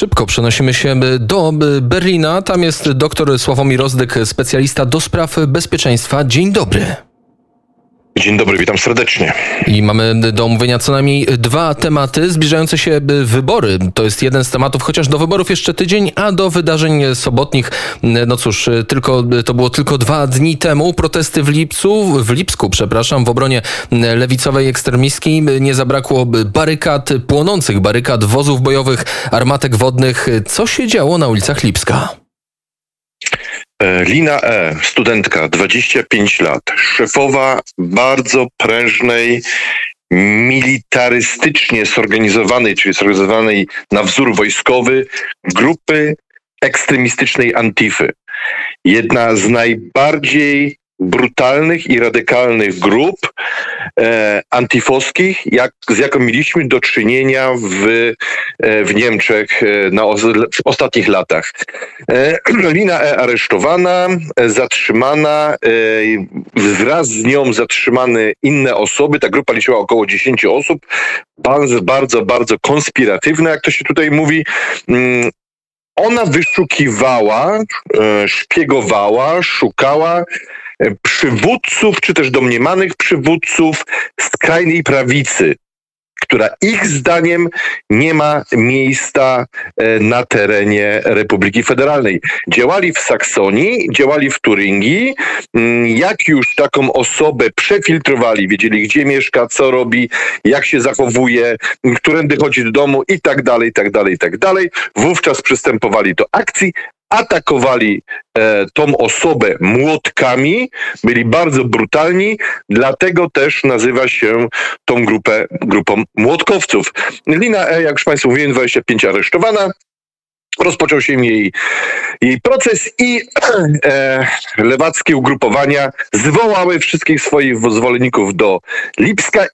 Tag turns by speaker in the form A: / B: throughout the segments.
A: Szybko przenosimy się do Berlina. Tam jest dr Sławomir Rozdyk, specjalista do spraw bezpieczeństwa. Dzień dobry.
B: Dzień dobry, witam serdecznie.
A: I mamy do omówienia co najmniej dwa tematy. Zbliżające się wybory. To jest jeden z tematów, chociaż do wyborów jeszcze tydzień, a do wydarzeń sobotnich, no cóż, to było tylko 2 dni temu. Protesty w Lipsku, w obronie lewicowej ekstremistki. Nie zabrakło barykad, płonących barykad, wozów bojowych, armatek wodnych. Co się działo na ulicach Lipska?
B: Lina E., studentka, 25 lat, szefowa bardzo prężnej, militarystycznie zorganizowanej, czyli zorganizowanej na wzór wojskowy, grupy ekstremistycznej Antify. Jedna z najbardziej brutalnych i radykalnych grup antifowskich, z jaką mieliśmy do czynienia w Niemczech w ostatnich latach. Lina E. aresztowana, zatrzymana, wraz z nią zatrzymane inne osoby. Ta grupa liczyła około 10 osób. Bardzo, bardzo konspiratywna, jak to się tutaj mówi. Ona wyszukiwała, szpiegowała, szukała przywódców, czy też domniemanych przywódców skrajnej prawicy, która ich zdaniem nie ma miejsca na terenie Republiki Federalnej. Działali w Saksonii, działali w Turyngii. Jak już taką osobę przefiltrowali, wiedzieli gdzie mieszka, co robi, jak się zachowuje, którędy chodzi do domu i tak dalej, wówczas przystępowali do akcji, atakowali tą osobę młotkami, byli bardzo brutalni, dlatego też nazywa się tą grupą młotkowców. Lina E., jak już Państwu mówiłem, 25 aresztowana. Rozpoczął się jej proces i lewackie ugrupowania zwołały wszystkich swoich zwolenników do Lipska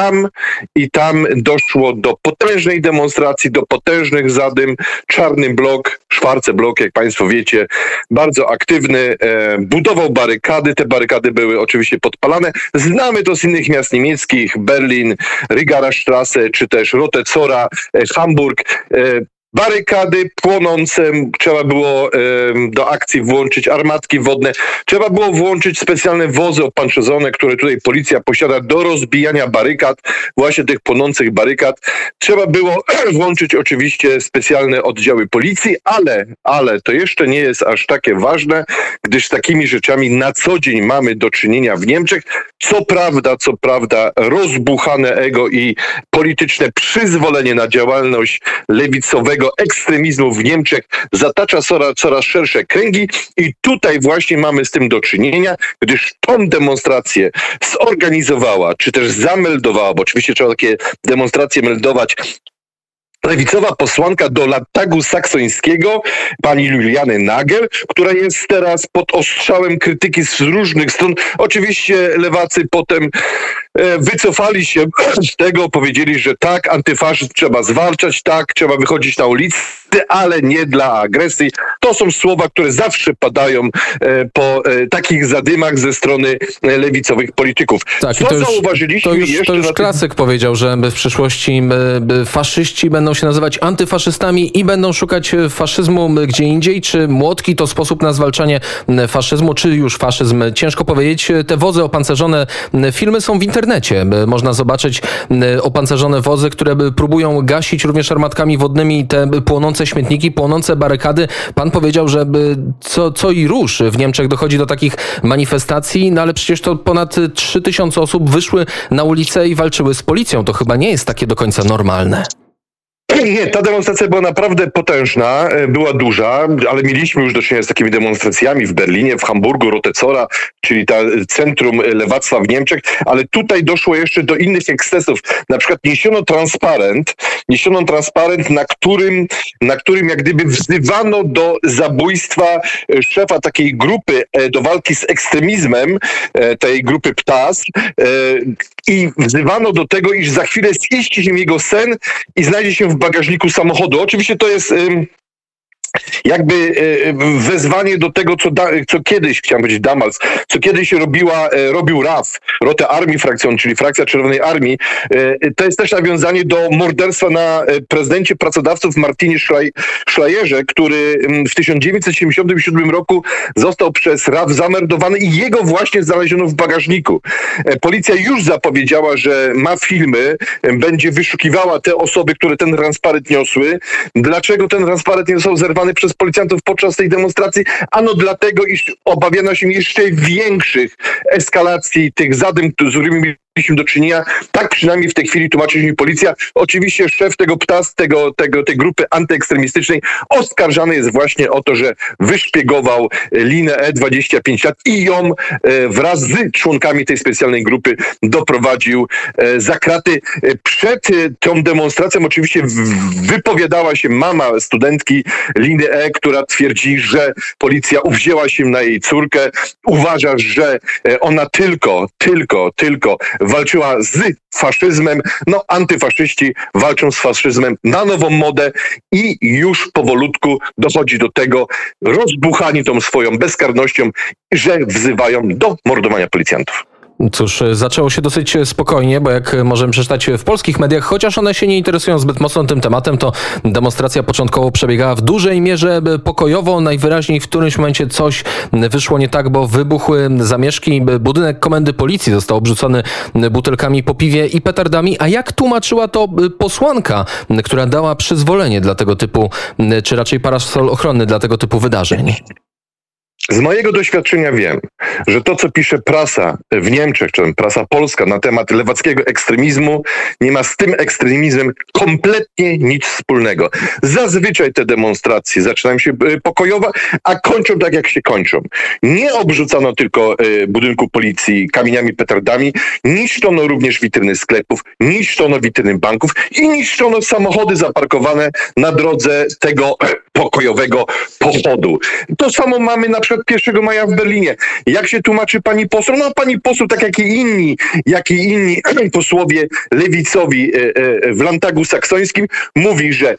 B: i tam doszło do potężnej demonstracji, do potężnych zadym. Czarny blok, Schwarze Blok, jak Państwo wiecie, bardzo aktywny, budował barykady. Te barykady były oczywiście podpalane. Znamy to z innych miast niemieckich, Berlin, Rigaer Straße, czy też Rote Zora, Hamburg. Barykady płonące, trzeba było do akcji włączyć armatki wodne, trzeba było włączyć specjalne wozy opancerzone, które tutaj policja posiada do rozbijania barykad, właśnie tych płonących barykad. Trzeba było włączyć oczywiście specjalne oddziały policji, ale to jeszcze nie jest aż takie ważne, gdyż z takimi rzeczami na co dzień mamy do czynienia w Niemczech. Co prawda rozbuchane ego i polityczne przyzwolenie na działalność lewicowego ekstremizmu w Niemczech zatacza coraz szersze kręgi i tutaj właśnie mamy z tym do czynienia, gdyż tą demonstrację zorganizowała, czy też zameldowała, bo oczywiście trzeba takie demonstracje meldować, lewicowa posłanka do Landtagu saksońskiego, pani Juliane Nagel, która jest teraz pod ostrzałem krytyki z różnych stron. Oczywiście lewacy potem wycofali się z tego, powiedzieli, że tak, antyfaszyzm trzeba zwalczać, tak, trzeba wychodzić na ulicę, ale nie dla agresji. To są słowa, które zawsze padają po takich zadymach ze strony lewicowych polityków.
A: Tak, co zauważyliśmy to już klasyk powiedział, że w przyszłości faszyści będą się nazywać antyfaszystami i będą szukać faszyzmu gdzie indziej. Czy młotki to sposób na zwalczanie faszyzmu, czy już faszyzm? Ciężko powiedzieć. Te wozy opancerzone, filmy są w internecie. Można zobaczyć opancerzone wozy, które próbują gasić również armatkami wodnymi te płonące śmietniki, płonące barykady. Pan powiedział, że co i rusz w Niemczech dochodzi do takich manifestacji, no ale przecież to ponad 3000 osób wyszły na ulicę i walczyły z policją. To chyba nie jest takie do końca normalne.
B: Nie, ta demonstracja była naprawdę potężna, była duża, ale mieliśmy już do czynienia z takimi demonstracjami w Berlinie, w Hamburgu, Rote Zora, czyli centrum lewactwa w Niemczech, ale tutaj doszło jeszcze do innych ekscesów. Na przykład niesiono transparent, na którym jak gdyby wzywano do zabójstwa szefa takiej grupy do walki z ekstremizmem, tej grupy PTAS, i wzywano do tego, iż za chwilę ziści się jego sen i znajdzie się w bagażniku samochodu. Oczywiście to jest jakby wezwanie do tego, co kiedyś, chciałem powiedzieć Damals, co kiedyś robił RAF, Rotę Armii Frakcjonalnej, czyli Frakcja Czerwonej Armii. To jest też nawiązanie do morderstwa na prezydencie pracodawców Martinie Schleierze, który w 1977 roku został przez RAF zamordowany i jego właśnie znaleziono w bagażniku. Policja już zapowiedziała, że ma filmy, będzie wyszukiwała te osoby, które ten transparent niosły. Dlaczego ten transparent nie został zerwany przez policjantów podczas tej demonstracji? Ano dlatego, iż obawiano się jeszcze większych eskalacji tych zadym, z którymi mieliśmy do czynienia. Tak przynajmniej w tej chwili tłumaczy mi policja. Oczywiście szef tego PTAS, tej grupy antyekstremistycznej oskarżany jest właśnie o to, że wyszpiegował Linę E 25 lat i ją wraz z członkami tej specjalnej grupy doprowadził za kraty. Przed tą demonstracją oczywiście wypowiadała się mama studentki Liny E, która twierdzi, że policja uwzięła się na jej córkę. Uważa, że ona tylko walczyła z faszyzmem. No, antyfaszyści walczą z faszyzmem na nową modę i już powolutku dochodzi do tego, rozbuchani tą swoją bezkarnością, że wzywają do mordowania policjantów.
A: Cóż, zaczęło się dosyć spokojnie, bo jak możemy przeczytać w polskich mediach, chociaż one się nie interesują zbyt mocno tym tematem, to demonstracja początkowo przebiegała w dużej mierze pokojowo. Najwyraźniej w którymś momencie coś wyszło nie tak, bo wybuchły zamieszki. Budynek komendy policji został obrzucony butelkami po piwie i petardami. A jak tłumaczyła to posłanka, która dała przyzwolenie dla tego typu, czy raczej parasol ochronny dla tego typu wydarzeń?
B: Z mojego doświadczenia wiem, że to, co pisze prasa w Niemczech, czy prasa polska na temat lewackiego ekstremizmu, nie ma z tym ekstremizmem kompletnie nic wspólnego. Zazwyczaj te demonstracje zaczynają się pokojowo, a kończą tak, jak się kończą. Nie obrzucano tylko budynku policji kamieniami, petardami, niszczono również witryny sklepów, niszczono witryny banków i niszczono samochody zaparkowane na drodze tego pokojowego pochodu. To samo mamy na przykład 1 maja w Berlinie. Jak się tłumaczy pani poseł? No pani poseł, tak jak i inni posłowie lewicowi w Landtagu saksońskim, mówi, że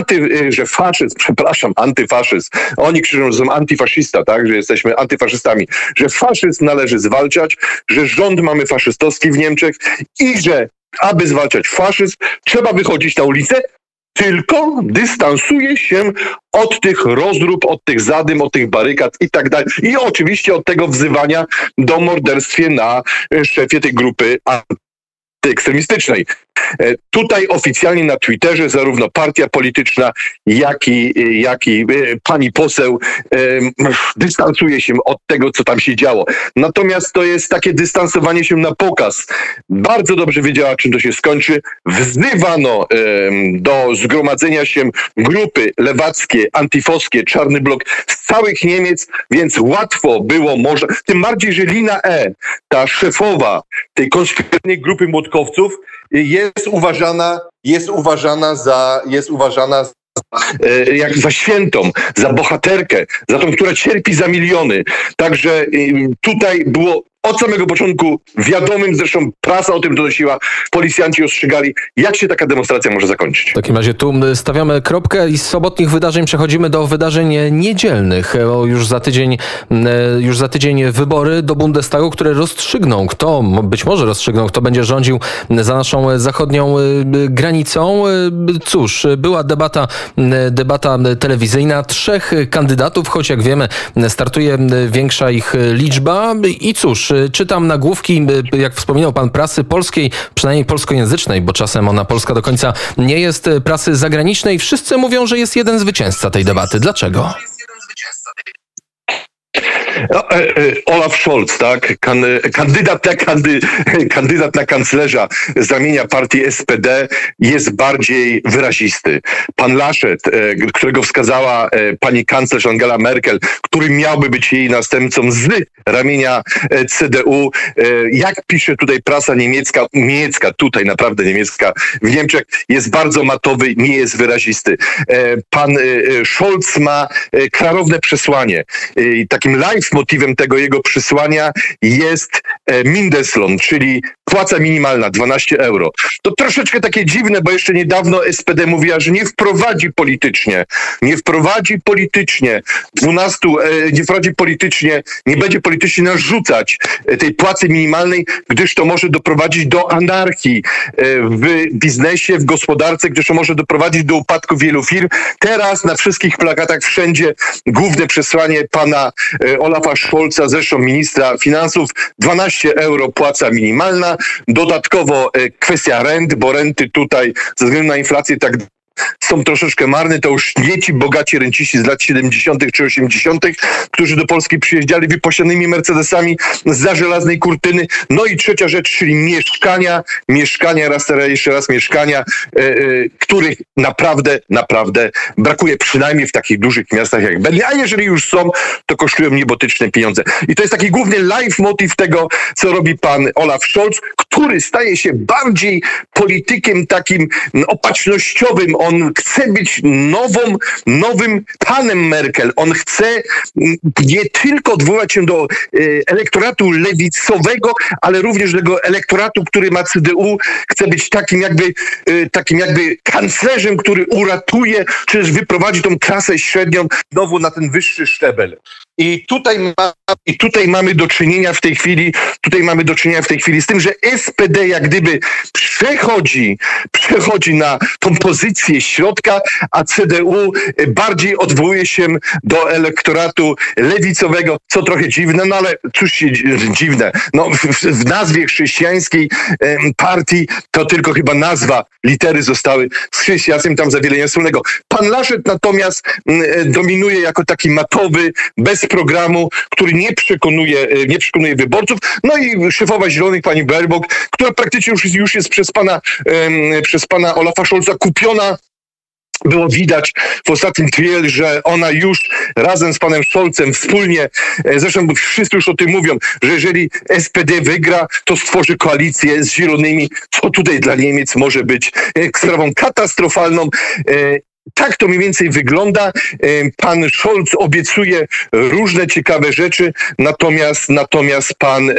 B: antyfaszyzm. Oni krzyczą, że są antyfaszysta, tak, że jesteśmy antyfaszystami, że faszyzm należy zwalczać, że rząd mamy faszystowski w Niemczech i że aby zwalczać faszyzm, trzeba wychodzić na ulicę, tylko dystansuje się od tych rozrób, od tych zadym, od tych barykad i tak dalej. I oczywiście od tego wzywania do morderstwa na szefie tej grupy antyekstremistycznej. Tutaj oficjalnie na Twitterze zarówno partia polityczna, jak i pani poseł dystansuje się od tego, co tam się działo. Natomiast to jest takie dystansowanie się na pokaz. Bardzo dobrze wiedziała, czym to się skończy. Wzywano do zgromadzenia się grupy lewackie, antifowskie, Czarny Blok z całych Niemiec, więc łatwo było może, tym bardziej, że Lina E, ta szefowa tej konspiratywnej grupy młotkowców, jest uważana za jak za świętą, za bohaterkę, za tą, która cierpi za miliony. Także tutaj było od samego początku wiadomym, zresztą prasa o tym donosiła, policjanci ostrzegali, jak się taka demonstracja może zakończyć.
A: W takim razie tu stawiamy kropkę i z sobotnich wydarzeń przechodzimy do wydarzeń niedzielnych. Już za tydzień wybory do Bundestagu, które być może rozstrzygną, kto będzie rządził za naszą zachodnią granicą. Cóż, była debata telewizyjna 3 kandydatów, choć jak wiemy startuje większa ich liczba i cóż, czytam nagłówki, jak wspominał pan, prasy polskiej, przynajmniej polskojęzycznej, bo czasem ona polska do końca nie jest, prasy zagranicznej. Wszyscy mówią, że jest jeden zwycięzca tej debaty. Dlaczego?
B: Olaf Scholz, tak? Kandydat na kanclerza z ramienia partii SPD jest bardziej wyrazisty. Pan Laschet, którego wskazała pani kanclerz Angela Merkel, który miałby być jej następcą z ramienia CDU, jak pisze tutaj prasa niemiecka, tutaj naprawdę niemiecka, w Niemczech, jest bardzo matowy, nie jest wyrazisty. Pan Scholz ma klarowne przesłanie. Takim live leitmotivem tego jego przesłania jest Mindestlohn, czyli płaca minimalna 12 euro. To troszeczkę takie dziwne, bo jeszcze niedawno SPD mówiła, że nie wprowadzi politycznie, nie będzie politycznie narzucać tej płacy minimalnej, gdyż to może doprowadzić do anarchii w biznesie, w gospodarce, gdyż to może doprowadzić do upadku wielu firm. Teraz na wszystkich plakatach wszędzie główne przesłanie pana Olafa Scholza, zresztą ministra finansów, 12 euro płaca minimalna. Dodatkowo kwestia rent, bo renty tutaj ze względu na inflację tak są troszeczkę marne, to już nie ci bogaci renciści z lat 70. czy 80., którzy do Polski przyjeżdżali wyposionymi Mercedesami zza żelaznej kurtyny. No i trzecia rzecz, czyli mieszkania, jeszcze raz mieszkania, których naprawdę brakuje, przynajmniej w takich dużych miastach jak Berlin, a jeżeli już są, to kosztują niebotyczne pieniądze. I to jest taki główny leitmotiv tego, co robi pan Olaf Scholz, który staje się bardziej politykiem takim opatrznościowym. On chce być nowym panem Merkel. On chce nie tylko odwoływać się do elektoratu lewicowego, ale również do tego elektoratu, który ma CDU. Chce być takim jakby kanclerzem, który uratuje, czy też wyprowadzi tą klasę średnią znowu na ten wyższy szczebel. I tutaj mamy do czynienia w tej chwili z tym, że SPD jak gdyby przechodzi na tą pozycję środka, a CDU bardziej odwołuje się do elektoratu lewicowego, co trochę dziwne, no ale cóż się dziwne. No, w nazwie chrześcijańskiej partii to tylko chyba nazwa, litery zostały z chrześcijaństwem, tam za wiele nie wspólnego. Pan Laschet natomiast dominuje jako taki matowy, bez programu, który nie przekonuje wyborców. No i szefowa Zielonych, pani Baerbock, która praktycznie już jest przez pana Olafa Scholza kupiona. Było widać w ostatnim trial, że ona już razem z panem Scholzem wspólnie, zresztą wszyscy już o tym mówią, że jeżeli SPD wygra, to stworzy koalicję z Zielonymi, co tutaj dla Niemiec może być sprawą katastrofalną. Tak to mniej więcej wygląda. Pan Scholz obiecuje różne ciekawe rzeczy, natomiast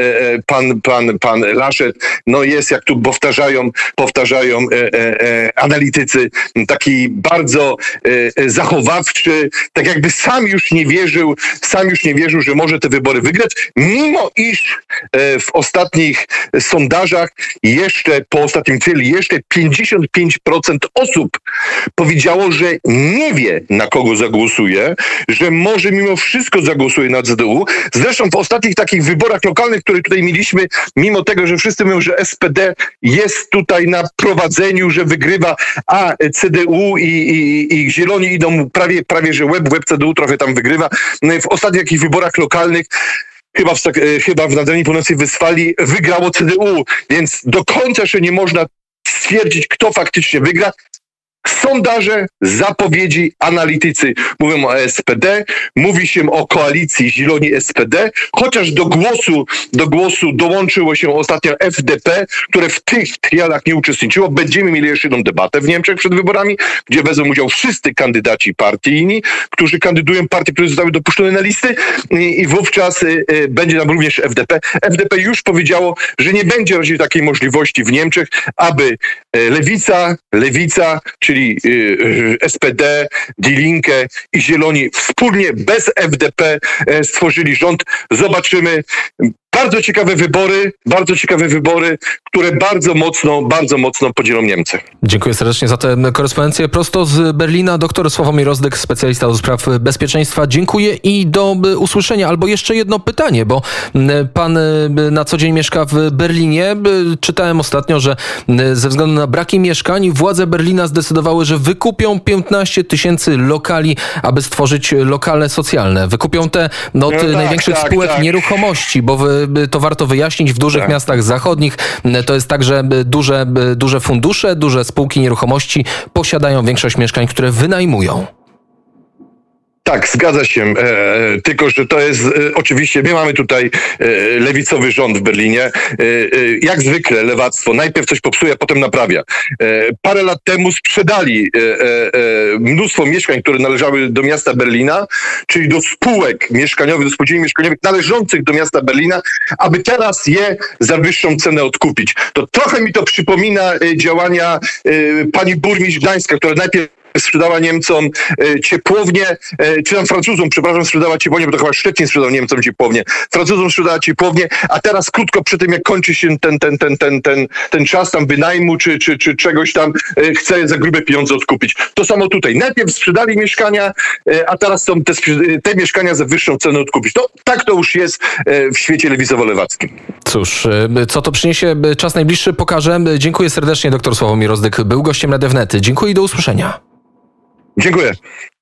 B: pan Laschet, no jest, jak tu powtarzają analitycy, taki bardzo zachowawczy, tak jakby sam już nie wierzył, że może te wybory wygrać, mimo iż w ostatnich sondażach po ostatnim trialu jeszcze 55% osób powiedziało, że nie wie, na kogo zagłosuje, że może mimo wszystko zagłosuje na CDU. Zresztą w ostatnich takich wyborach lokalnych, które tutaj mieliśmy, mimo tego, że wszyscy mówią, że SPD jest tutaj na prowadzeniu, że wygrywa, a CDU i Zieloni idą prawie że łeb CDU trochę tam wygrywa. W ostatnich takich wyborach lokalnych chyba w Nadrenii Północnej Westfalii wygrało CDU, więc do końca jeszcze nie można stwierdzić, kto faktycznie wygra. Sondaże, zapowiedzi, analitycy mówią o SPD, mówi się o koalicji Zieloni-SPD, chociaż do głosu dołączyło się ostatnio FDP, które w tych trialach nie uczestniczyło. Będziemy mieli jeszcze jedną debatę w Niemczech przed wyborami, gdzie wezmą udział wszyscy kandydaci partyjni, którzy kandydują partie, które zostały dopuszczone na listy i wówczas będzie tam również FDP. FDP już powiedziało, że nie będzie raczej takiej możliwości w Niemczech, aby lewica, czyli SPD, Die Linke i Zieloni wspólnie bez FDP stworzyli rząd. Zobaczymy. Bardzo ciekawe wybory, które bardzo mocno podzielą Niemcy.
A: Dziękuję serdecznie za tę korespondencję. Prosto z Berlina dr Sławomir Rozdyk, specjalista do spraw bezpieczeństwa. Dziękuję i do usłyszenia. Albo jeszcze jedno pytanie, bo pan na co dzień mieszka w Berlinie. Czytałem ostatnio, że ze względu na braki mieszkań władze Berlina zdecydowały, że wykupią 15 000 lokali, aby stworzyć lokale socjalne. Wykupią te od największych spółek nieruchomości, bo to warto wyjaśnić, w dużych miastach zachodnich to jest tak, że duże fundusze, duże spółki nieruchomości posiadają większość mieszkań, które wynajmują.
B: Tak, zgadza się. Tylko że to jest oczywiście, my mamy tutaj lewicowy rząd w Berlinie. Jak zwykle lewactwo najpierw coś popsuje, a potem naprawia. Parę lat temu sprzedali mnóstwo mieszkań, które należały do miasta Berlina, czyli do spółek mieszkaniowych, do spółdzielni mieszkaniowych należących do miasta Berlina, aby teraz je za wyższą cenę odkupić. To trochę mi to przypomina działania pani burmistrz Gdańska, która najpierw sprzedała Niemcom ciepłownię, czy tam Francuzom, przepraszam, sprzedała ciepłownię, bo to chyba Szczecin sprzedał Niemcom ciepłownię. Francuzom sprzedała ciepłownię, a teraz krótko przy tym, jak kończy się ten czas tam wynajmu, czy czegoś tam, chce za grube pieniądze odkupić. To samo tutaj. Najpierw sprzedali mieszkania, a teraz są te mieszkania za wyższą cenę odkupić. To tak to już jest w świecie lewicowo-lewackim.
A: Cóż, co to przyniesie, czas najbliższy pokaże. Dziękuję serdecznie, dr Sławomir Rozdyk był gościem Radia Wnet. Dziękuję i do usłyszenia.
B: Dziękuję.